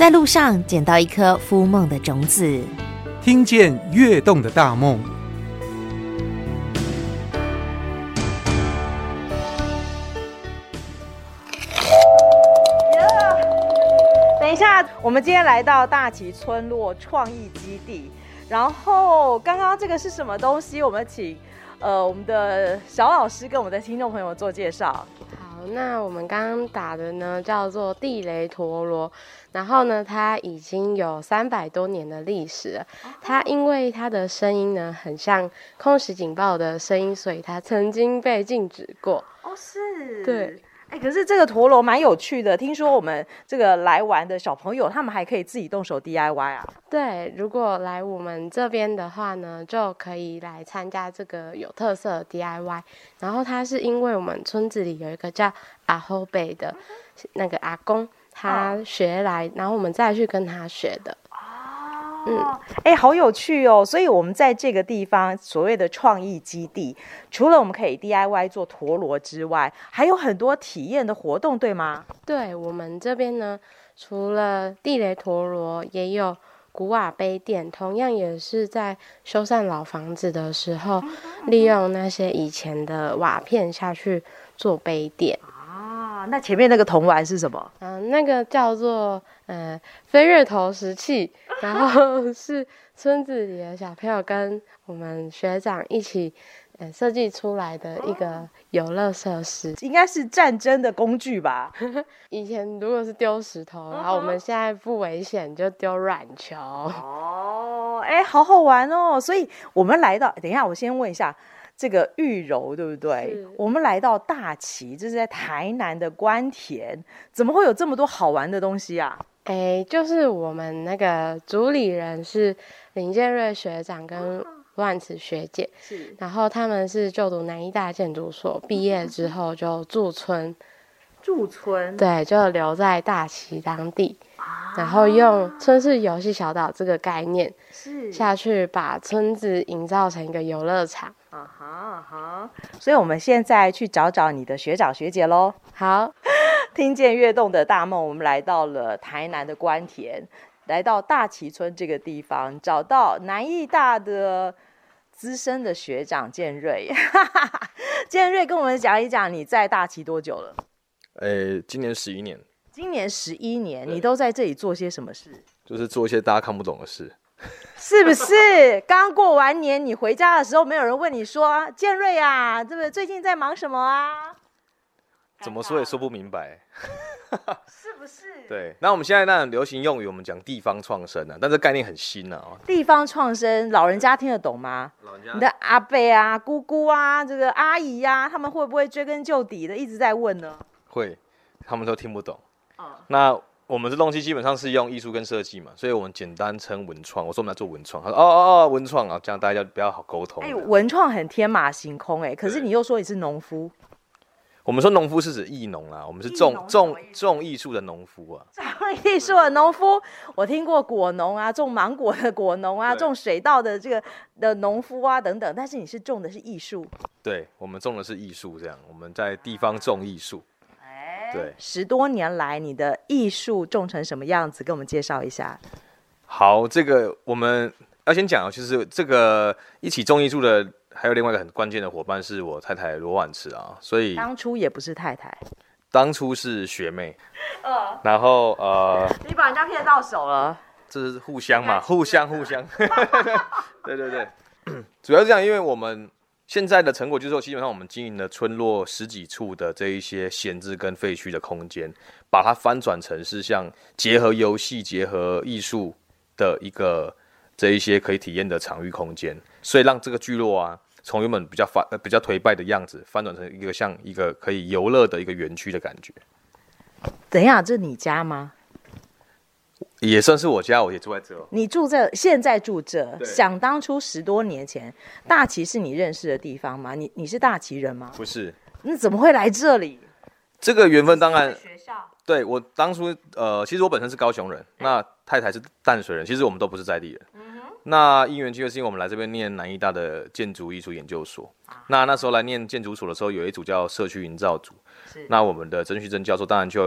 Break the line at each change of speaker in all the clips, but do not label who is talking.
在路上捡到一颗孵梦的种子，
听见跃动的大梦。
等一下，我们今天来到大崎村落创意基地，然后刚刚这个是什么东西？我们请我们的小老师跟我们的听众朋友做介绍。
好，那我们刚刚打的呢叫做地雷陀螺，然后呢它已经有300多年的历史了。它因为它的声音呢很像空袭警报的声音，所以它曾经被禁止过。
哦，是，
对。
可是这个陀螺蛮有趣的，听说我们这个来玩的小朋友，他们还可以自己动手 DIY 啊。
对，如果来我们这边的话呢，就可以来参加这个有特色的 DIY。然后它是因为我们村子里有一个叫阿后辈的那个阿公，他学来，然后我们再去跟他学的。
好有趣哦！所以我们在这个地方所谓的创意基地，除了我们可以 DIY 做陀螺之外，还有很多体验的活动，对吗？
对，我们这边呢，除了地雷陀螺，也有古瓦杯店，同样也是在修缮老房子的时候，利用那些以前的瓦片下去做杯垫。
那前面那个铜玩是什么？
那个叫做飞跃投石器，然后是村子里的小朋友跟我们学长一起设计出来的一个游乐设施，
应该是战争的工具吧？
以前如果是丢石头，然后我们现在不危险就丢软球。
好好玩哦！所以我们来到，等一下我先问一下。这个玉柔对不对？我们来到大崎，这是在台南的关田，怎么会有这么多好玩的东西啊？
就是我们那个主理人是林建瑞学长跟万慈学姐，然后他们是就读南医大建筑所，毕业之后就驻村，对，就留在大崎当地。然后用村市游戏小岛这个概念下去把村子营造成一个游乐场。
所以我们现在去找找你的学长学姐咯。
好，
听见跃动的大梦，我们来到了台南的关田，来到大崎村这个地方，找到南艺大的资深的学长建瑞。建瑞跟我们讲一讲你在大崎多久了？
今年11年。
今年11年，你都在这里做些什么事？
就是做一些大家看不懂的事。
是不是？刚过完年，你回家的时候，没有人问你说：“建瑞啊，这个最近在忙什么啊？”
怎么说也说不明白，
是不是？
对。那我们现在那种流行用语，我们讲地方创生啊，但这概念很新啊。
地方创生，老人家听得懂吗？你的阿伯啊、姑姑啊、这个阿姨啊，他们会不会追根究底的一直在问呢？
会，他们都听不懂。那我们这东西基本上是用艺术跟设计嘛，所以我们简单称文创。我说我们来做文创，他说文创啊，这样大家比较好沟通。
文创很天马行空可是你又说你是农夫。
我们说农夫是指艺农啦，我们是种艺术的农夫啊。
种艺术的农夫，我听过果农啊，种芒果的果农啊，种水稻的这个的农夫啊等等，但是你是种的是艺术。对，
我们种的是艺术，这样我们在地方种艺术。对
，10多年来你的艺术种成什么样子？跟我们介绍一下。
好，这个我们要先讲，就是这个一起种艺术的还有另外一个很关键的伙伴是我太太罗婉慈啊，所以
当初也不是太太，
当初是学妹，然后
你把人家骗到手了，
这是互相嘛，互相，对，主要是这样，因为我们现在的成果就是说，基本上我们经营了村落10几处的这一些闲置跟废墟的空间，把它翻转成是像结合游戏、结合艺术的一个这一些可以体验的场域空间，所以让这个聚落啊，从原本比较颓败的样子，翻转成一个像一个可以游乐的一个园区的感觉。
等一下，这是你家吗？
也算是我家，我也住在这。
你现在住这？想当初10多年前，大崎是你认识的地方吗？你是大崎人吗？
不是。
那怎么会来这里？
这个缘分当然。
学校。
对，我当初其实我本身是高雄人，那太太是淡水人，其实我们都不是在地人。那因缘机会是因为我们来这边念南艺大的建筑艺术研究所。那时候来念建筑所的时候，有一组叫社区营造组。那我们的曾旭珍教授当然就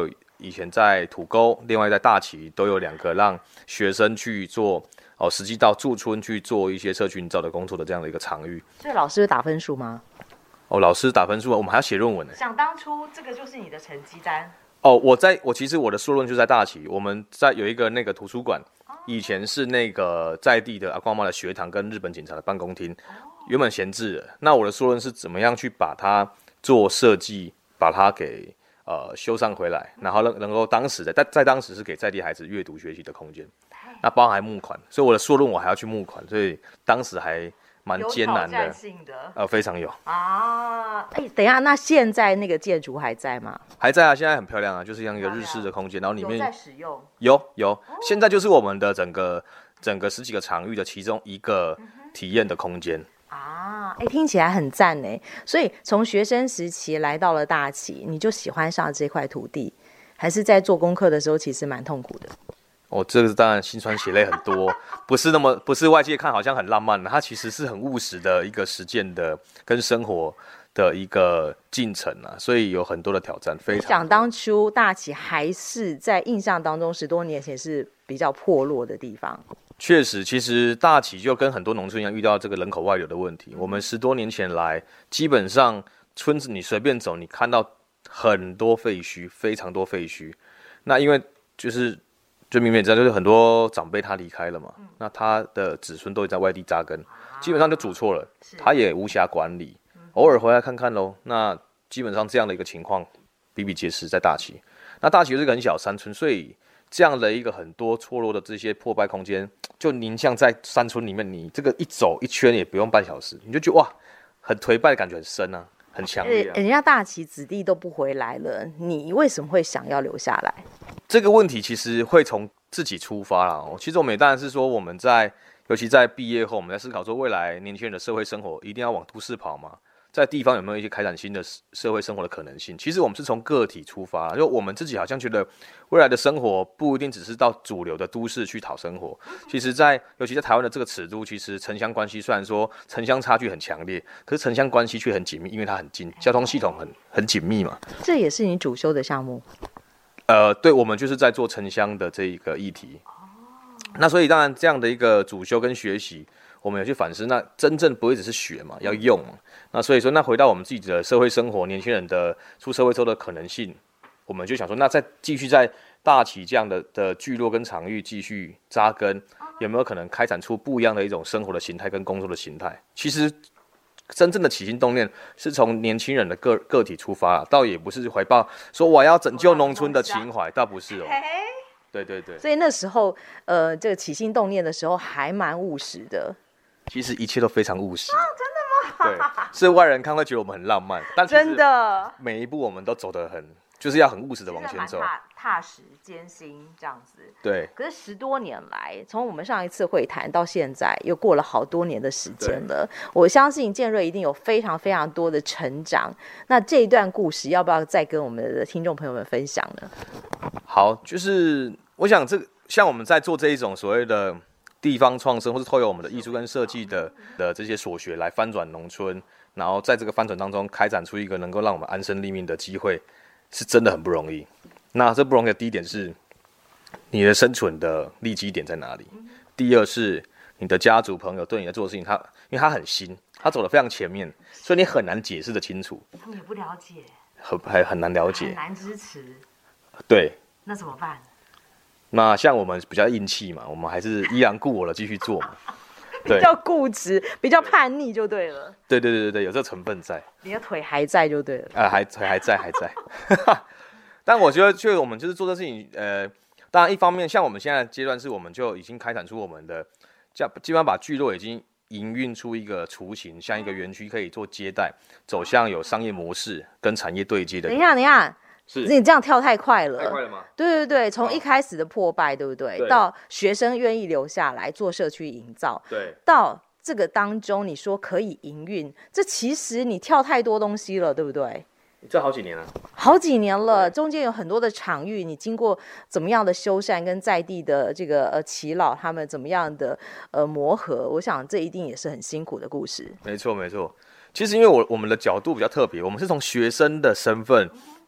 以前在土沟，另外在大旗都有2个让学生去做实际到驻村去做一些社区营造的工作的这样的一个场域。
所以老师打分数吗？
老师打分数，我们还要写论文呢。
想当初这个就是你的成绩单。
其实我的硕论就在大旗，我们有一个那个图书馆，以前是那个在地的阿公阿嬷的学堂跟日本警察的办公厅，原本闲置的。那我的硕论是怎么样去把它做设计，把它给修缮回来，然后能够当时是给在地孩子阅读学习的空间。那包含募款，所以我的硕论我还要去募款，所以当时还蛮艰难的，
有挑战性的
非常有
啊！等一下，那现在那个建筑还在吗？
还在啊，现在很漂亮啊，就是像一个日式的空间，然后里面
有在使用，
有，现在就是我们的整个10几个场域的其中一个体验的空间
啊！听起来很赞呢。所以从学生时期来到了大旗，你就喜欢上这块土地，还是在做功课的时候其实蛮痛苦的？
这个当然辛酸血泪很多，不是外界看好像很浪漫的，它其实是很务实的一个实践的跟生活的一个进程啊，所以有很多的挑战。非常
想当初大旗还是在印象当中10多年前是比较破落的地方。
确实，其实大旗就跟很多农村一样，遇到这个人口外流的问题。我们10多年前来，基本上村子你随便走，你看到很多废墟，非常多废墟。那因为就明明知道，就是很多长辈他离开了嘛，那他的子孙都在外地扎根，基本上就主错了，他也无暇管理，偶尔回来看看咯。那基本上这样的一个情况比比皆是在大旗。那大旗就是一个很小山村，所以这样的一个很多错落的这些破败空间，就您像在山村里面，你这个一走一圈也不用半小时，你就觉得哇，很颓败的感觉很深啊，很强烈啊。
人家大旗子弟都不回来了，你为什么会想要留下来？
这个问题其实会从自己出发啦。其实我们也当然是说，我们尤其在毕业后，我们在思考说，未来年轻人的社会生活一定要往都市跑嘛，在地方有没有一些开展新的社会生活的可能性？其实我们是从个体出发，就我们自己好像觉得未来的生活不一定只是到主流的都市去讨生活。其实尤其在台湾的这个尺度，其实城乡关系虽然说城乡差距很强烈，可是城乡关系却很紧密，因为它很近，交通系统很紧密嘛。
这也是你主修的项目。
对，我们就是在做城乡的这一个议题。那所以当然这样的一个主修跟学习，我们有去反思，那真正不会只是学嘛，要用嘛。那所以说，那回到我们自己的社会生活，年轻人的出社会之后的可能性，我们就想说，那再继续在大旗这样的聚落跟场域继续扎根，有没有可能开展出不一样的一种生活的形态跟工作的形态？其实真正的起心动念是从年轻人的个体出发，倒也不是怀抱说我要拯救农村的情怀，倒不是哦。对对对。
所以那时候，这个起心动念的时候还蛮务实的。
其实一切都非常务实。真的吗？对，是外人看会觉得我们很浪漫，但
真的
每一步我们都走得就是要很务实的往前走，
踏实艰辛这样子。
对。
可是10多年来，从我们上一次会谈到现在，又过了好多年的时间了。我相信建瑞一定有非常非常多的成长。那这一段故事，要不要再跟我们的听众朋友们分享呢？
好，就是我想像我们在做这一种所谓的地方创生，或是透过我们的艺术跟设计的这些所学来翻转农村，然后在这个翻转当中开展出一个能够让我们安身立命的机会，是真的很不容易。那这不容易的第一点是你的生存的立基点在哪里，第二是你的家族朋友对你在做的事情，因为他很新，他走得非常前面，所以你很难解释得清楚，
他们也不了解，
很难了解，
很难支持。
对，
那怎么办？
那像我们比较硬气嘛，我们还是依然故我的继续做嘛。
比较固执，比较叛逆就对了。
对，有这个成分在。
你的腿还在就对了。
还在。但我觉得，我们就是做这事情，当然一方面，像我们现在的阶段是，我们就已经开展出我们的，基本上把聚落已经营运出一个雏形，像一个园区可以做接待，走向有商业模式跟产业对接的。
等一下。你这样跳太快了。
太快了吗？
对，从一开始的破败，对不对？到学生愿意留下来做社区营造，
对，
到这个当中你说可以营运，这其实你跳太多东西了，对不对？
这好几年了，
好几年了，中间有很多的场域，你经过怎么样的修缮，跟在地的这个耆老他们怎么样的磨合，我想这一定也是很辛苦的故事。
没错。其实因为我们的角度比较特别，我们是从学生的身份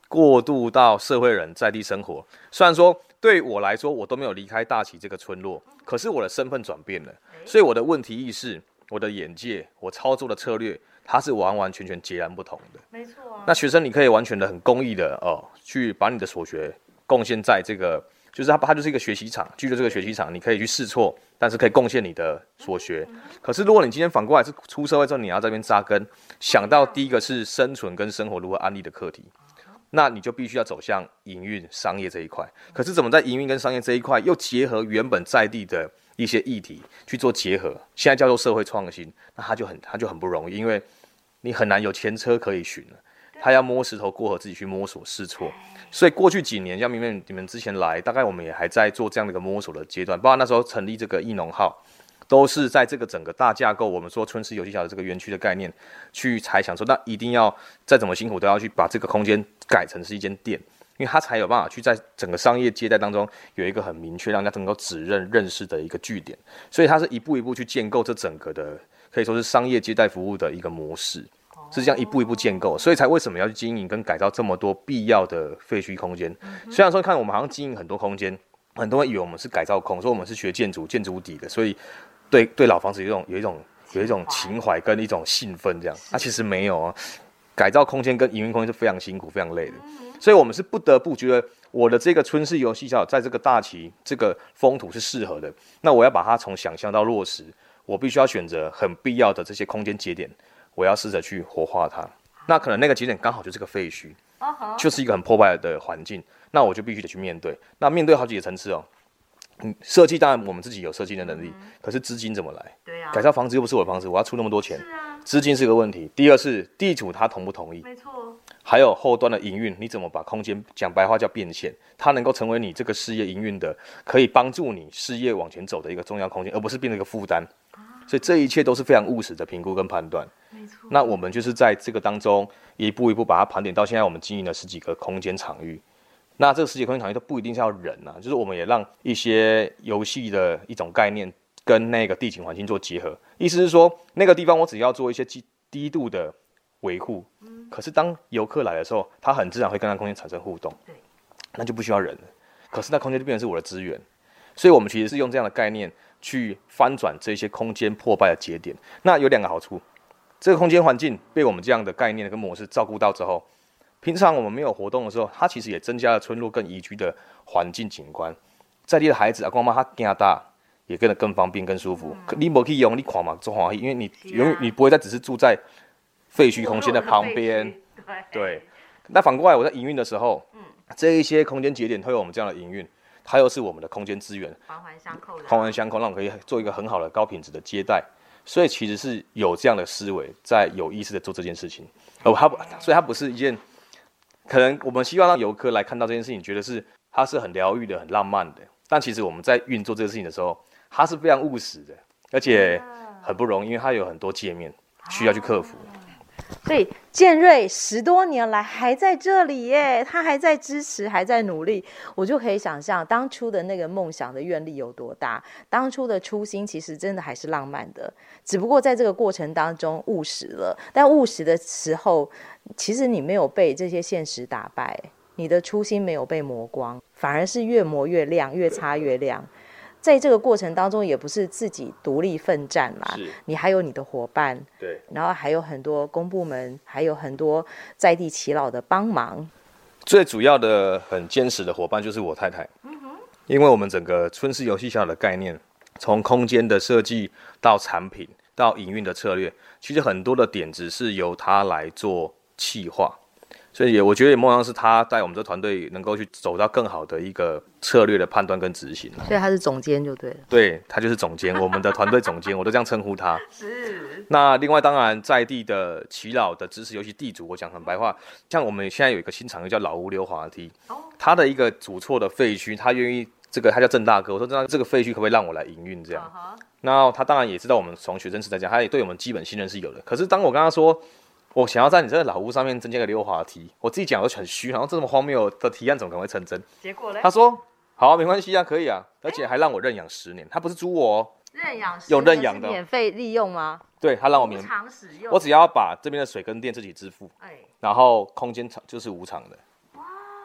过渡到社会人在地生活。虽然说对我来说，我都没有离开大旗这个村落，可是我的身份转变了，所以我的问题意识、我的眼界、我操作的策略，它是完完全全截然不同的。
没错啊。
那学生你可以完全的很公益的去把你的所学贡献在这个，就是它就是一个学习场，具有这个学习场，你可以去试错，但是可以贡献你的所学。可是如果你今天反过来是出社会之后，你要在这边扎根，想到第一个是生存跟生活如何安利的课题，那你就必须要走向营运商业这一块。可是怎么在营运跟商业这一块又结合原本在地的一些议题去做结合，现在叫做社会创新，那它就很不容易，因为你很难有前车可以循了，他要摸石头过河，自己去摸索试错。所以过去几年，像你们之前来，大概我们也还在做这样的一个摸索的阶段，包括那时候成立这个艺农号，都是在这个整个大架构，我们说春市游戏小的这个园区的概念，去猜想说，那一定要再怎么辛苦都要去把这个空间改成是一间店，因为它才有办法去在整个商业接待当中有一个很明确让大家能够指认识的一个据点。所以它是一步一步去建构这整个的，可以说是商业接待服务的一个模式。是这样一步一步建构，所以才为什么要去经营跟改造这么多必要的废墟空间。虽然说看我们好像经营很多空间，很多人以为我们是改造控，说我们是学建筑底的，所以对老房子有一种情怀跟一种兴奋这样。其实没有啊，改造空间跟营运空间是非常辛苦、非常累的。所以我们是不得不觉得我的这个春市游戏小在这个大旗这个风土是适合的，那我要把它从想象到落实，我必须要选择很必要的这些空间节点。我要试着去活化它，那可能那个节点刚好就是个废墟，就是一个很破败的环境，那我就必须得去面对。那面对好几个层次哦，设计当然我们自己有设计的能力，可是资金怎么来？对啊，改造房子又不是我的房子，我要出那么多钱，资金是个问题。第二是地主他同不同意？没错。还有后端的营运，你怎么把空间讲白话叫变现，它能够成为你这个事业营运的，可以帮助你事业往前走的一个重要空间，而不是变成一个负担。所以这一切都是非常务实的评估跟判断。那我们就是在这个当中一步一步把它盘点到现在，我们经营了10几个空间场域。那这个10几个空间场域都不一定是要人啊，就是我们也让一些游戏的一种概念跟那个地景环境做结合。意思是说，那个地方我只要做一些低度的维护，可是当游客来的时候，他很自然会跟那空间产生互动，那就不需要人了。可是那空间就变成是我的资源，所以我们其实是用这样的概念去翻转这些空间破败的节点。那有2个好处，这个空间环境被我们这样的概念跟模式照顾到之后，平常我们没有活动的时候，它其实也增加了村落更宜居的环境景观。在地的孩子阿公妈他更大，也变得更方便更舒服。你没去用，你看嘛做欢喜，因为你不会再只是住在废墟空间的旁边。对。那反过来，我在营运的时候，这一些空间节点会有我们这样的营运。它又是我们的空间资源，环环相扣，让我们可以做一个很好的高品质的接待。所以其实是有这样的思维，在有意识的做这件事情。所以它不是一件可能我们希望让游客来看到这件事情，觉得它是很疗愈的、很浪漫的。但其实我们在运作这个事情的时候，它是非常务实的，而且很不容易，因为它有很多界面需要去克服。
所以建瑞10多年来还在这里耶，他还在支持，还在努力，我就可以想象当初的那个梦想的愿力有多大，当初的初心其实真的还是浪漫的，只不过在这个过程当中务实了。但务实的时候，其实你没有被这些现实打败，你的初心没有被磨光，反而是越磨越亮，越擦越亮。在这个过程当中，也不是自己独立奋战啦，你还有你的伙伴，对，然后还有很多公部门，还有很多在地耆老的帮忙。
最主要的很坚实的伙伴就是我太太，因为我们整个春市游戏小的概念，从空间的设计到产品到营运的策略，其实很多的点子是由她来做企划。所以我觉得也梦想是他带我们这团队能够去走到更好的一个策略的判断跟执行。
所以他是总监就对了。
对，他就是总监，我们的团队总监，我都这样称呼他。是。那另外当然在地的耆老的支持，尤其地主，我讲很白话，像我们现在有一个新场域叫老屋溜滑梯，他的一个主错的废墟，他愿意他叫郑大哥，我说这个废墟可不可以让我来营运这样？那他当然也知道我们从学生时代讲，他也对我们基本信任是有的。可是当我跟他说，我想要在你这个老屋上面增加个溜滑梯，我自己讲都很虚，然后这么荒谬的提案怎么可能会成真？结果呢？他说好啊，没关系啊，可以啊，而且还让我认养10年，他不是租我哦，
认养
有认养的，
免费利用吗？
对，他让我
无偿使用，
我只要把这边的水跟电自己支付，然后空间就是无偿的。哇，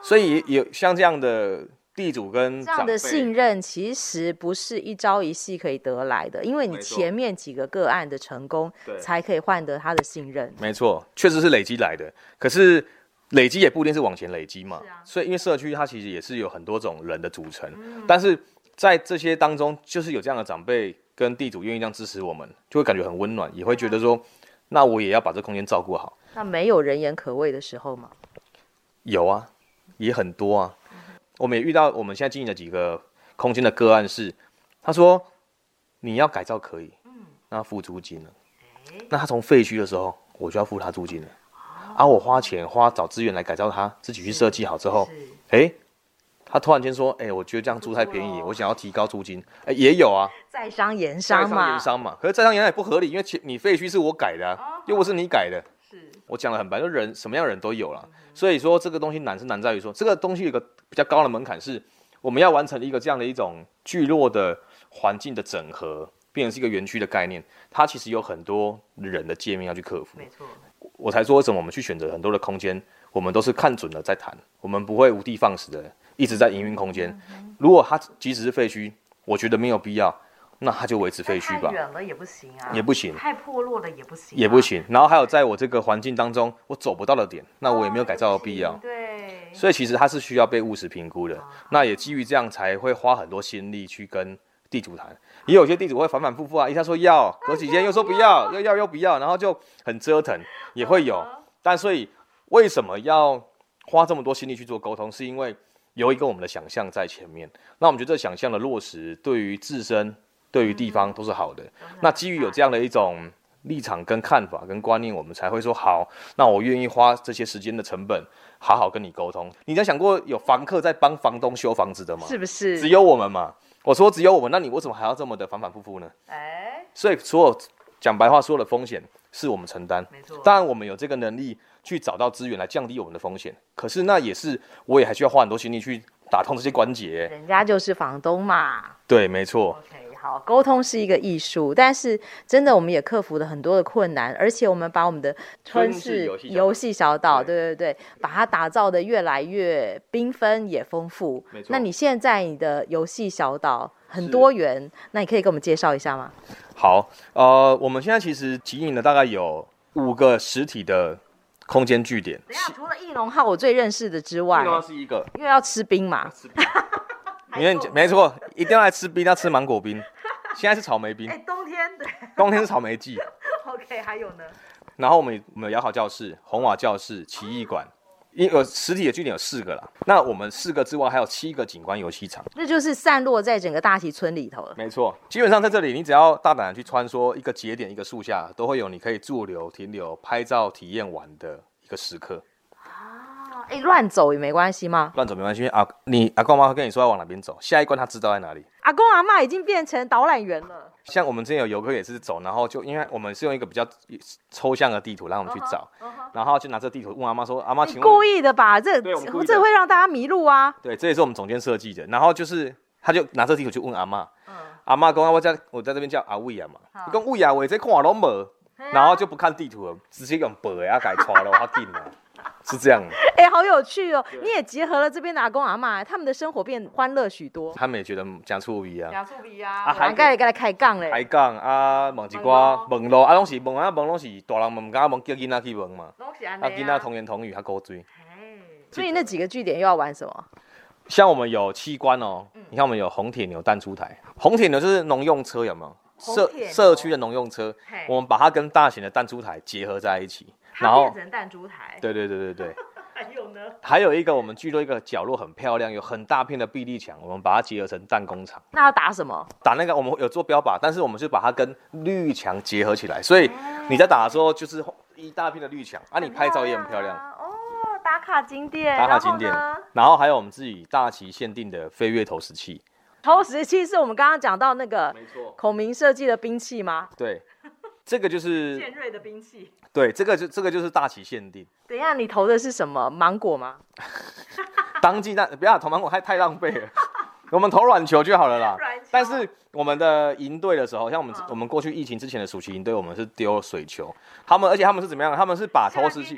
所以有像这样的地主跟
这样的信任，其实不是一朝一夕可以得来的，因为你前面几个个案的成功，才可以换得他的信任。
没错，确实是累积来的。可是累积也不一定是往前累积嘛，所以因为社区它其实也是有很多种人的组成，但是在这些当中，就是有这样的长辈跟地主愿意这样支持我们，就会感觉很温暖，也会觉得说，那我也要把这空间照顾好。
那没有人言可畏的时候吗？
有啊，也很多啊。我们也遇到我们现在经营的几个空间的个案是，他说你要改造可以，那要付租金了。那他从废墟的时候，我就要付他租金了。我花钱找资源来改造它，自己去设计好之后，他突然间说，我觉得这样租太便宜，我想要提高租金。也有啊，
在商言商嘛，
可是在商言商也不合理，因为你废墟是我改的又不是你改的。我讲得很白，就人什么样的人都有啦。所以说这个东西难是难在于说，这个东西有一个比较高的门槛，是我们要完成一个这样的一种聚落的环境的整合，变成是一个园区的概念，它其实有很多人的界面要去克服。
没错，
我才说为什么我们去选择很多的空间，我们都是看准了再谈，我们不会无的放矢的一直在营运空间。如果它即使是废墟，我觉得没有必要，那它就维持废墟吧。
太远了也不行啊，
也不行，
太破落了也不行，
也不行。然后还有在我这个环境当中，我走不到的点，那我也没有改造的必要。
对，
所以其实它是需要被务实评估的。那也基于这样，才会花很多心力去跟地主谈。也有些地主会反反复复啊，一下说要，隔几天又说不要，又不要，然后就很折腾，也会有。但所以为什么要花这么多心力去做沟通？是因为有一个我们的想象在前面。那我们觉得这想象的落实，对于自身、对于地方都是好的。那基于有这样的一种立场跟看法跟观念，我们才会说好，那我愿意花这些时间的成本，好好跟你沟通。你有想过有房客在帮房东修房子的吗？
是不是？
只有我们嘛？我说只有我们，那你为什么还要这么的反反复复呢？所以所有讲白话，所有的风险是我们承担。没错，当然我们有这个能力去找到资源来降低我们的风险，可是那也是我也还需要花很多心力去打通这些关节。
人家就是房东嘛。
对，没错。
OK， 好，沟通是一个艺术，但是真的我们也克服了很多的困难，而且我们把我们的春市游戏小岛，对，把它打造的越来越缤纷也丰富。没错。那你现在你的游戏小岛很多元，那你可以给我们介绍一下吗？
好，我们现在其实经营了大概有5个实体的空间据点。
等一下，除了翼龙号我最认识的之外，翼
龙号是一个，
因为要吃冰嘛。
因为没错，一定要来吃冰，要吃芒果冰。现在是草莓冰。
冬天对。
冬天是草莓季。
OK， 还有呢？
然后我们有摇好教室、红瓦教室、奇艺馆，有实体的据点有4个啦。那我们4个之外，还有7个景观游戏场，
那就是散落在整个大旗村里头了。没
错，基本上在这里，你只要大胆的去穿梭一个节点、一个树下，都会有你可以驻留、停留、拍照、体验玩的一个时刻。
乱走也没关系吗？
乱走没关系，因为你阿公妈会跟你说要往哪边走，下一关他知道在哪里。
阿公阿嬷已经变成导览员了。
像我们之前有游客也是走，然后就因为我们是用一个比较抽象的地图让我们去找，然后就拿这地图问阿妈说：“阿妈，请问？”
故意的吧？这会让大家迷路啊。
对，这也是我们总监设计的。然后就是他就拿这地图去问阿妈，阿妈说：“我在这边叫阿伟啊嘛，你讲伟啊，伟这看都没，然后就不看地图了，直接用背啊改穿了，他紧了。”是这样，
好有趣哦！你也结合了这边的阿公阿嬷，他们的生活变欢乐许多。
他们也觉得讲趣味啊，
还该来开讲嘞，
开讲啊，问一寡问路啊，拢是问拢是大人问，敢问叫囡仔去问嘛，囡仔童言童语，他古锥。
所以那几个据点又要玩什么？
像我们有7关哦，你看我们有红铁牛弹珠台，红铁牛就是农用车，有没有？社区的农用车，我们把它跟大型的弹珠台结合在一起。然后
变成弹珠台。
对。
还有呢？
还有一个我们聚落一个角落很漂亮，有很大片的壁立墙，我们把它结合成弹工厂。
那要打什么？
打那个我们有做标靶，但是我们是把它跟绿墙结合起来，所以你在打的时候就是一大片的绿墙啊，你拍照也很漂亮。
打卡景点。
然后还有我们自己大旗限定的飞跃投石器。
投石器是我们刚刚讲到那个孔明设计的兵器吗？
对。这个就是
尖锐的兵器。
对，这个就是大旗限定。
等一下，你投的是什么？芒果吗？
当季不要投芒果，太浪费了。我们投软球就好了啦。但是我们的营队的时候，像我们过去疫情之前的暑期营队，我们是丢水球。而且他们是怎么样？他们是把投石器。
可以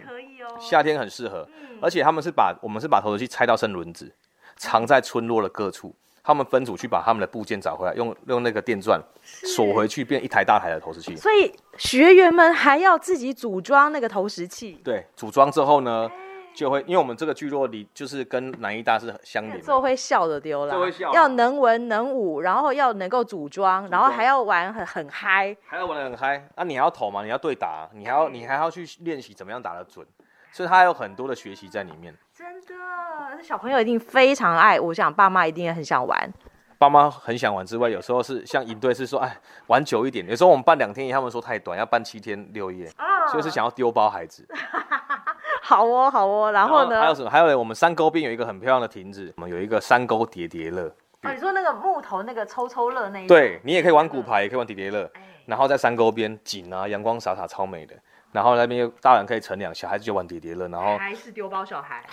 夏天很适合。而且我们是把投石器拆到剩轮子，藏在村落的各处。他们分组去把他们的部件找回来，用那个电钻锁回去，变一台大台的投石器。
所以学员们还要自己组装那个投石器。
对，组装之后呢，就会因为我们这个聚落里就是跟南医大是相连的，
这会笑的丢了，
这会笑
要能文能武，然后要能够组装，然后还要玩很嗨，
还要玩得很嗨。那你还要投嘛？你要对打，你还要去练习怎么样打得准，所以它有很多的学习在里面。
真的，小朋友一定非常爱，我想爸妈一定也很想玩。
爸妈很想玩之外，有时候是像营队是说，哎，玩久一点。有时候我们办2天，他们说太短，要办7天6夜，所以是想要丢包孩子。
好哦，然后呢？
还有什么？还有我们山沟边有一个很漂亮的亭子，我们有一个山沟叠叠乐。
你说那个木头那个抽乐那一种？
对，你也可以玩骨牌，也可以玩叠叠乐。然后在山沟边景啊，阳光洒洒，超美的。然后那边大人可以乘凉，小孩子就玩叠叠乐，然后
还是丢包小孩，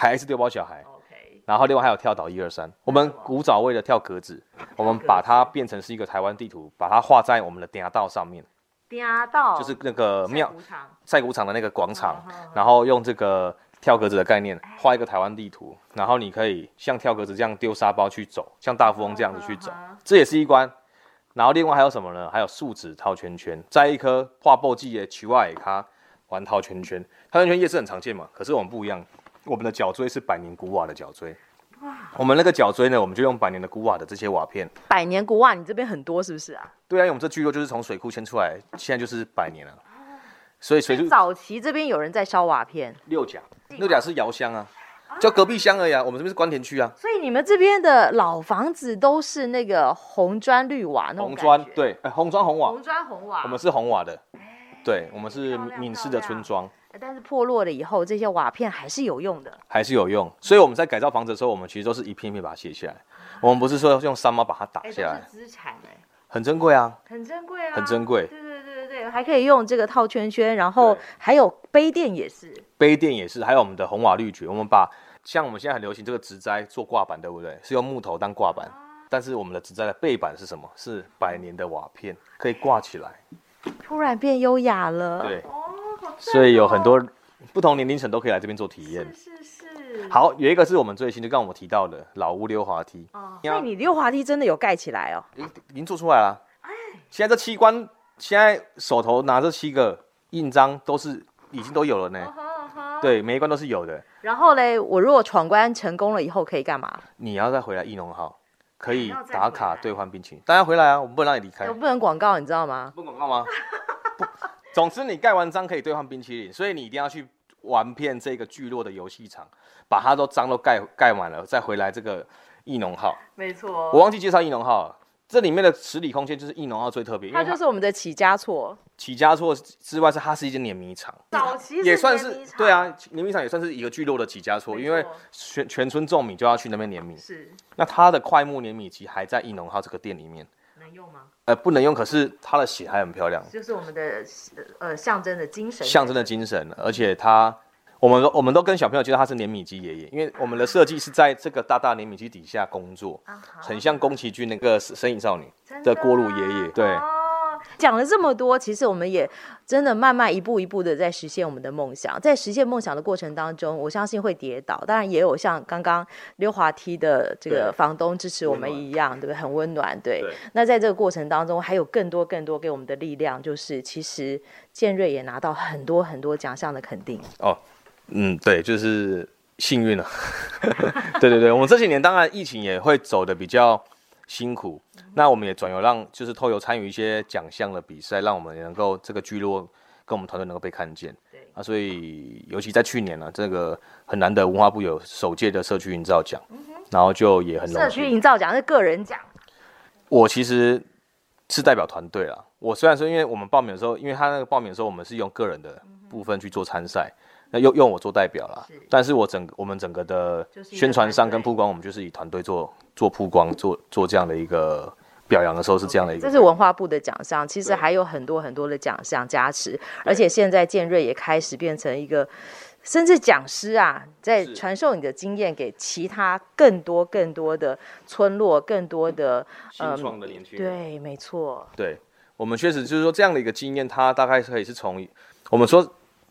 OK。然后另外还有跳岛1、2、3，我们古早味的跳格子，我们把它变成是一个台湾地图，把它画在我们的丁道上面。
丁道
就是那个庙赛谷场的那个广场，然后用这个跳格子的概念画一个台湾地图，然后你可以像跳格子这样丢沙包去走，像大富翁这样子去走，这也是一关。然后另外还有什么呢？还有树脂套圈圈，在一颗画布记的球外卡玩套圈圈，套圈圈夜市很常见嘛，可是我们不一样，我们的脚锥是100年古瓦的脚锥。我们那个脚锥呢，我们就用100年的古瓦的这些瓦片。
100年古瓦，你这边很多是不是啊？
对啊，因为我们这聚落就是从水库迁出来，现在就是100年了。所以
早期这边有人在烧瓦片。
六甲是窑乡啊，就隔壁乡而已啊。我们这边是关田区啊。
所以你们这边的老房子都是那个红砖绿瓦那种
红砖对，红砖红瓦。
红砖红瓦，
我们是红瓦的。对，我们是闽式的村庄，
但是破落了以后，这些瓦片还是有用的，
还是有用。所以我们在改造房子的时候，我们其实都是一片一片把它卸下来，我们不是说用山猫把它打下来，
都是资产
很珍贵啊，
很珍贵啊，
很珍贵。
对，还可以用这个套圈圈，然后还有杯垫也是，还有我们的红瓦绿蕨，我们把像我们现在很流行这个植栽做挂板，对不对？是用木头当挂板，但是我们的植栽的背板是什么？是100年的瓦片，可以挂起来。 突然变优雅了，
对，所以有很多不同年龄层都可以来这边做体验。是。好，有一个是我们最新就刚刚我们提到的老屋溜滑梯。
所以你溜滑梯真的有盖起来哦？
已经做出来了。现在这7关，现在手头拿这7个印章已经都有了呢。对，每一关都是有的。
然后嘞，我如果闯关成功了以后可以干嘛？
你要再回来义农号。可以打卡兑换冰淇淋，大家回来啊！我们不能让你离开。
我不能广告，你知道吗？
不广告吗？不，总之你盖完章可以兑换冰淇淋，所以你一定要去玩遍这个聚落的游戏场，把它章都盖满了，再回来这个义农号。
没错，
我忘记介绍义农号了。这里面的十里空间就是义农号最特别，
它就是我们的起家厝。
起家厝之外，它是一间碾米厂，
早期
也算是对啊，碾米厂也算是一个聚落的起家厝，因为全村种米就要去那边碾米。是，那它的快木碾米机还在义农号这个店里面，
能用吗？
不能用，可是它的血还很漂亮，
就是我们的象征的精神，
象征的精神，而且我们都跟小朋友介绍他是碾米机爷爷，因为我们的设计是在这个大大碾米机底下工作，很像宫崎骏那个《身影少女》的锅炉爷爷。对，
讲了这么多，其实我们也真的慢慢一步一步的在实现我们的梦想。在实现梦想的过程当中，我相信会跌倒，当然也有像刚刚溜滑梯的这个房东支持我们一样，对不对？很温暖。对，那在这个过程当中，还有更多给我们的力量，就是其实建瑞也拿到很多很多奖项的肯定。
对，就是幸运了。对，我们这几年当然疫情也会走得比较辛苦，那我们也转由就是透由参与一些奖项的比赛，让我们也能够这个聚落跟我们团队能够被看见。所以尤其在去年呢，这个很难得文化部有首届的社区营造奖，然后就也很荣幸。
社区营造奖是个人奖，
我其实是代表团队啦。我虽然说，因为我们报名的时候，因为他那个报名的时候，我们是用个人的部分去做参赛。那用我做代表啦，但是我们整个的宣传上跟曝光，我们就是以团队做曝光，做这样的一个表扬的时候是这样的一个。
这是文化部的奖项，其实还有很多很多的奖项加持，而且现在建瑞也开始变成一个，甚至讲师啊，在传授你的经验给其他更多的村落，更多的
新创的年轻人。
对，没错。
对，我们确实就是说这样的一个经验，它大概可以是从我们说。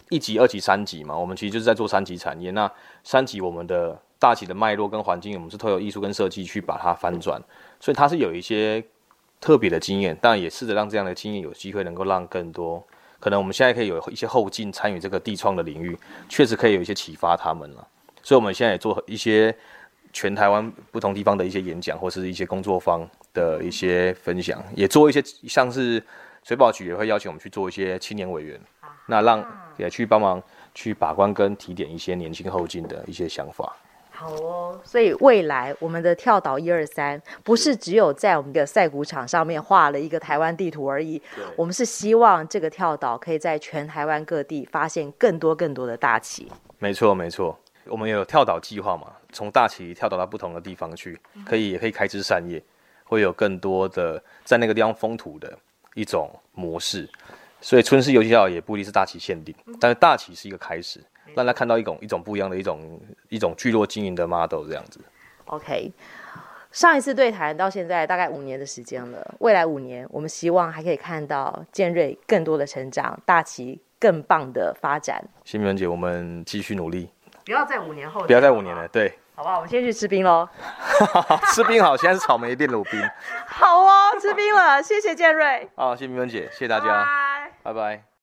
1级、2级、3级嘛，我们其实就是在做3级产业。那3级我们的大旗的脉络跟环境，我们是透过艺术跟设计去把它翻转，所以它是有一些特别的经验，当然也试着让这样的经验有机会能够让更多，可能我们现在可以有一些后进参与这个地创的领域，确实可以有一些启发他们了。所以我们现在也做一些全台湾不同地方的一些演讲，或是一些工作坊的一些分享，也做一些像是水保局也会邀请我们去做一些青年委员，那让也去帮忙去把关跟提点一些年轻后进的一些想法。
好哦，所以未来我们的跳岛123不是只有在我们的赛谷场上面画了一个台湾地图而已，我们是希望这个跳岛可以在全台湾各地发现更多的大旗。
没错没错，我们有跳岛计划嘛，从大旗跳岛到不同的地方去，也可以开枝散叶，会有更多的在那个地方风土的一种模式。所以春市游戏跳也不一定是大旗限定，但是大旗是一个开始，让他看到一种不一样的一种聚落经营的 model 这样子。
OK， 上一次对谈到现在大概5年的时间了，未来5年我们希望还可以看到建瑞更多的成长，大旗更棒的发展。
谢明文姐，我们继续努力，
不要在5年后，
不要在5年了，对，
好不好？我们先去吃冰喽。
吃冰好，现在是草莓炼乳冰。
好哦，吃冰了，谢谢建瑞。
好，谢谢明文姐，谢谢大家，拜拜。